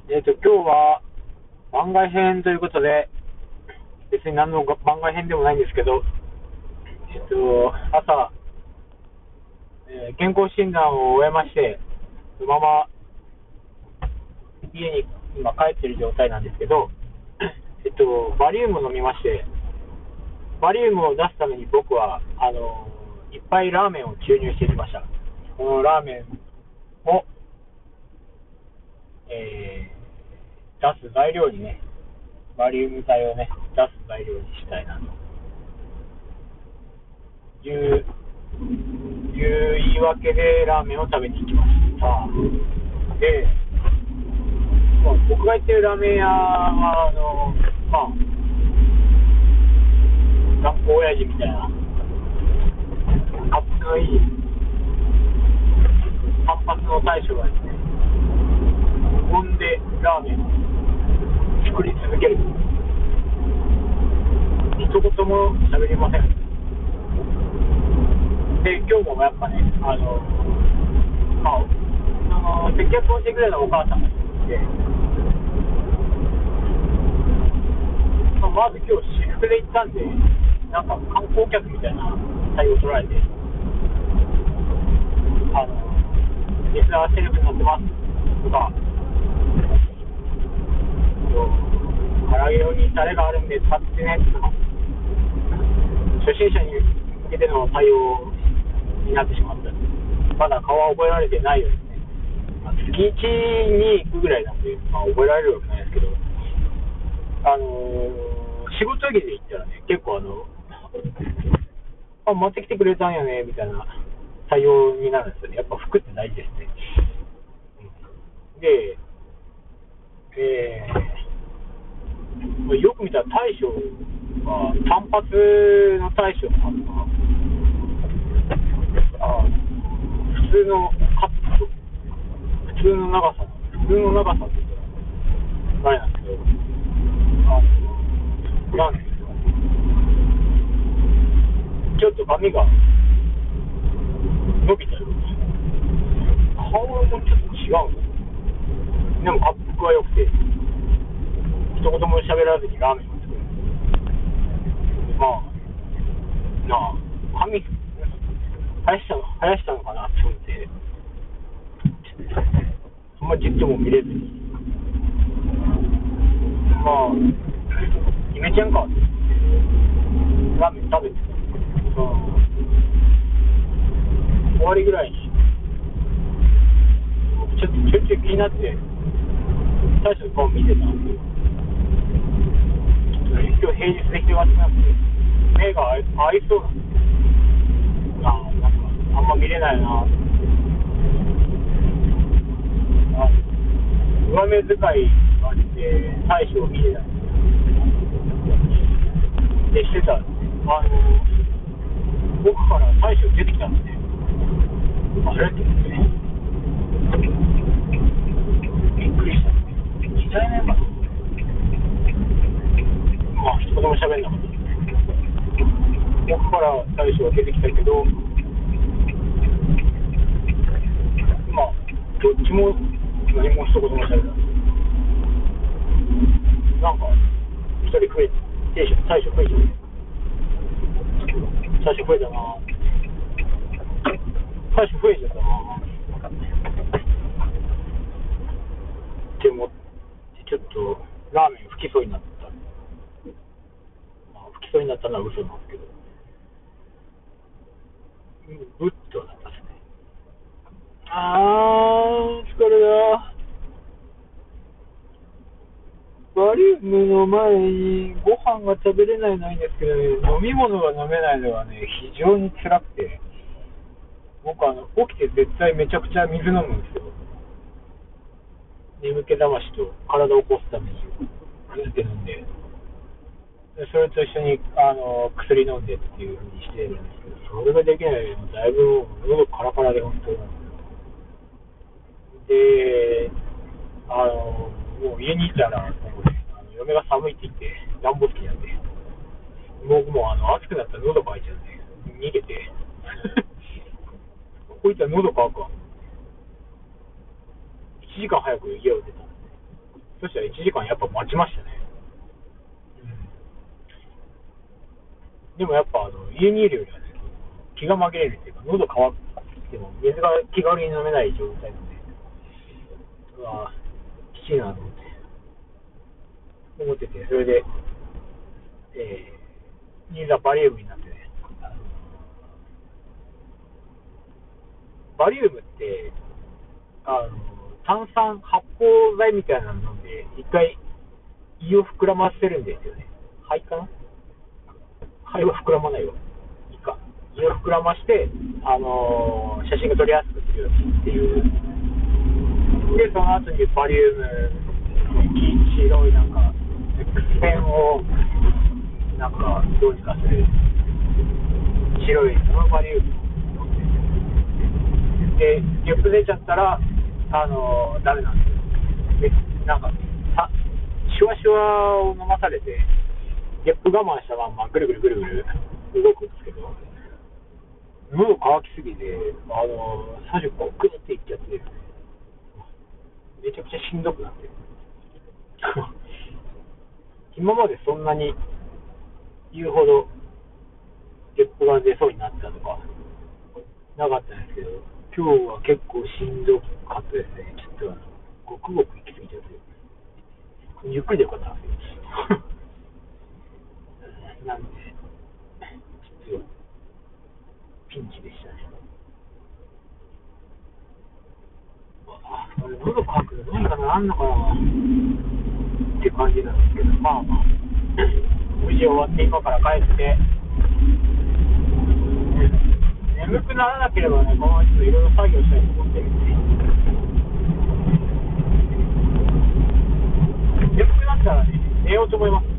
今日は番外編ということで、別に何の番外編でもないんですけど、朝、健康診断を終えまして、そのまま家に今帰ってる状態なんですけど、バリウムを飲みまして、バリウムを出すために僕は、いっぱいラーメンを注入してきました。このラーメンを、出す材料にね、バリウム剤をね、出す材料にしたいなという言い訳でラーメンを食べに行きました。で、僕が行ってるラーメン屋は、学校親父みたいな、かっこいい、反発の大将がですね、無言でラーメンを作り続ける。一言も喋りません。で、今日もやっぱね、接客をしてくれるお母さんがいて、まず今日私服で行ったんで、なんか観光客みたいな対応を取られて、リスナーセルフに乗ってますとか、唐揚げ用にタレがあるんで使ってねとか、初心者に向けての対応になってしまった。まだ顔は覚えられてないようですね。月1に行くぐらいなんで、覚えられるわけないですけど、仕事着で行ったらね、結構持ってきてくれたんやねみたいな対応になるんですよね。やっぱ服って大事ですね。で、よく見たら大将が単発の大将なのか、普通のカット、普通の長さって言ったらないなんですけど、なんですよ。ちょっと髪が伸びたよ。顔もちょっと違うんです。でも滑腹は良くて、一言も喋らずにラーメンを作る。髪生やしたのかなって思って、あんまりじっとも見れずに、イメちゃんかって言ってラーメン食べてた。終わりぐらいにちょっと気になって最初の顔見てたんですけど、今日平日で人が集まって目が合いそうなんですよ。なんかあんま見れないな。上目遣いがあって大将を見れないでしてたんです。僕から大将出てきたんですね。あれって言ってびっくりした。2代目かな。一言も喋んなかった。僕から大将が出てきたけど、どっちも何も一言も喋らない。なんか一人増えて、大将増えてる。大将増えたな。大将増えちゃったな。って思って、ちょっとラーメン吹きそうになった。吹きそうになったのは嘘なんですけど、ぶっとなったですね。疲れた。バリウムの前にご飯が食べれないのはいいんですけど、ね、飲み物が飲めないのはね、非常に辛くて、僕起きて絶対めちゃくちゃ水飲むんですよ。眠気覚ましと体を起こすためにグって飲んで、それと一緒に薬飲んでっていう風にしてるんですけど、それができないので、だいぶ喉カラカラで本当なんですよ。で、もう家にいたら、嫁が寒いって言って、暖房つけちゃって、僕も暑くなったら喉乾いちゃうんで、逃げて、こいつは喉乾くわ。1時間早く家を出たんですね。 そしたら1時間やっぱ待ちましたね。でもやっぱ家にいるよりはね、気が紛れるっていうか、喉乾っても水が気軽に飲めない状態なんで、うわぁ、きついなと思ってて、それで、いざバリウムになってね、バリウムって、炭酸発泡剤みたいなの飲んで、一回胃を膨らませるんですよね。肺かな、肺は膨らまないよ。胃か。胃を膨らまして、写真が撮りやすくするっていう。で、その後にバリウム、白いなんか、X 線を、なんか、どうにかする。白い、そのバリウムを飲んで。で、ゲップ出ちゃったら、ダメなんですよ。で、なんか、シュワシュワを飲まされて、ゲップ我慢したまんまぐるぐるぐるぐる動くんですけど、喉乾きすぎて、最初ゴクっていっちゃって、めちゃくちゃしんどくなって今までそんなに言うほどゲップが出そうになったとかなかったんですけど、今日は結構しんどかったですね。ちょっとごくごく行き過ぎちゃって、ゆっくりでよかったんですよなんで、ちょっとピンチでしたね。喉乾くのどうにかならんのかなっていう感じなんですけど、まあまあ、無事終わって今から帰って、眠くならなければね、このままちょっといろいろ作業したいと思ってるんで、眠くなったらね、寝ようと思います。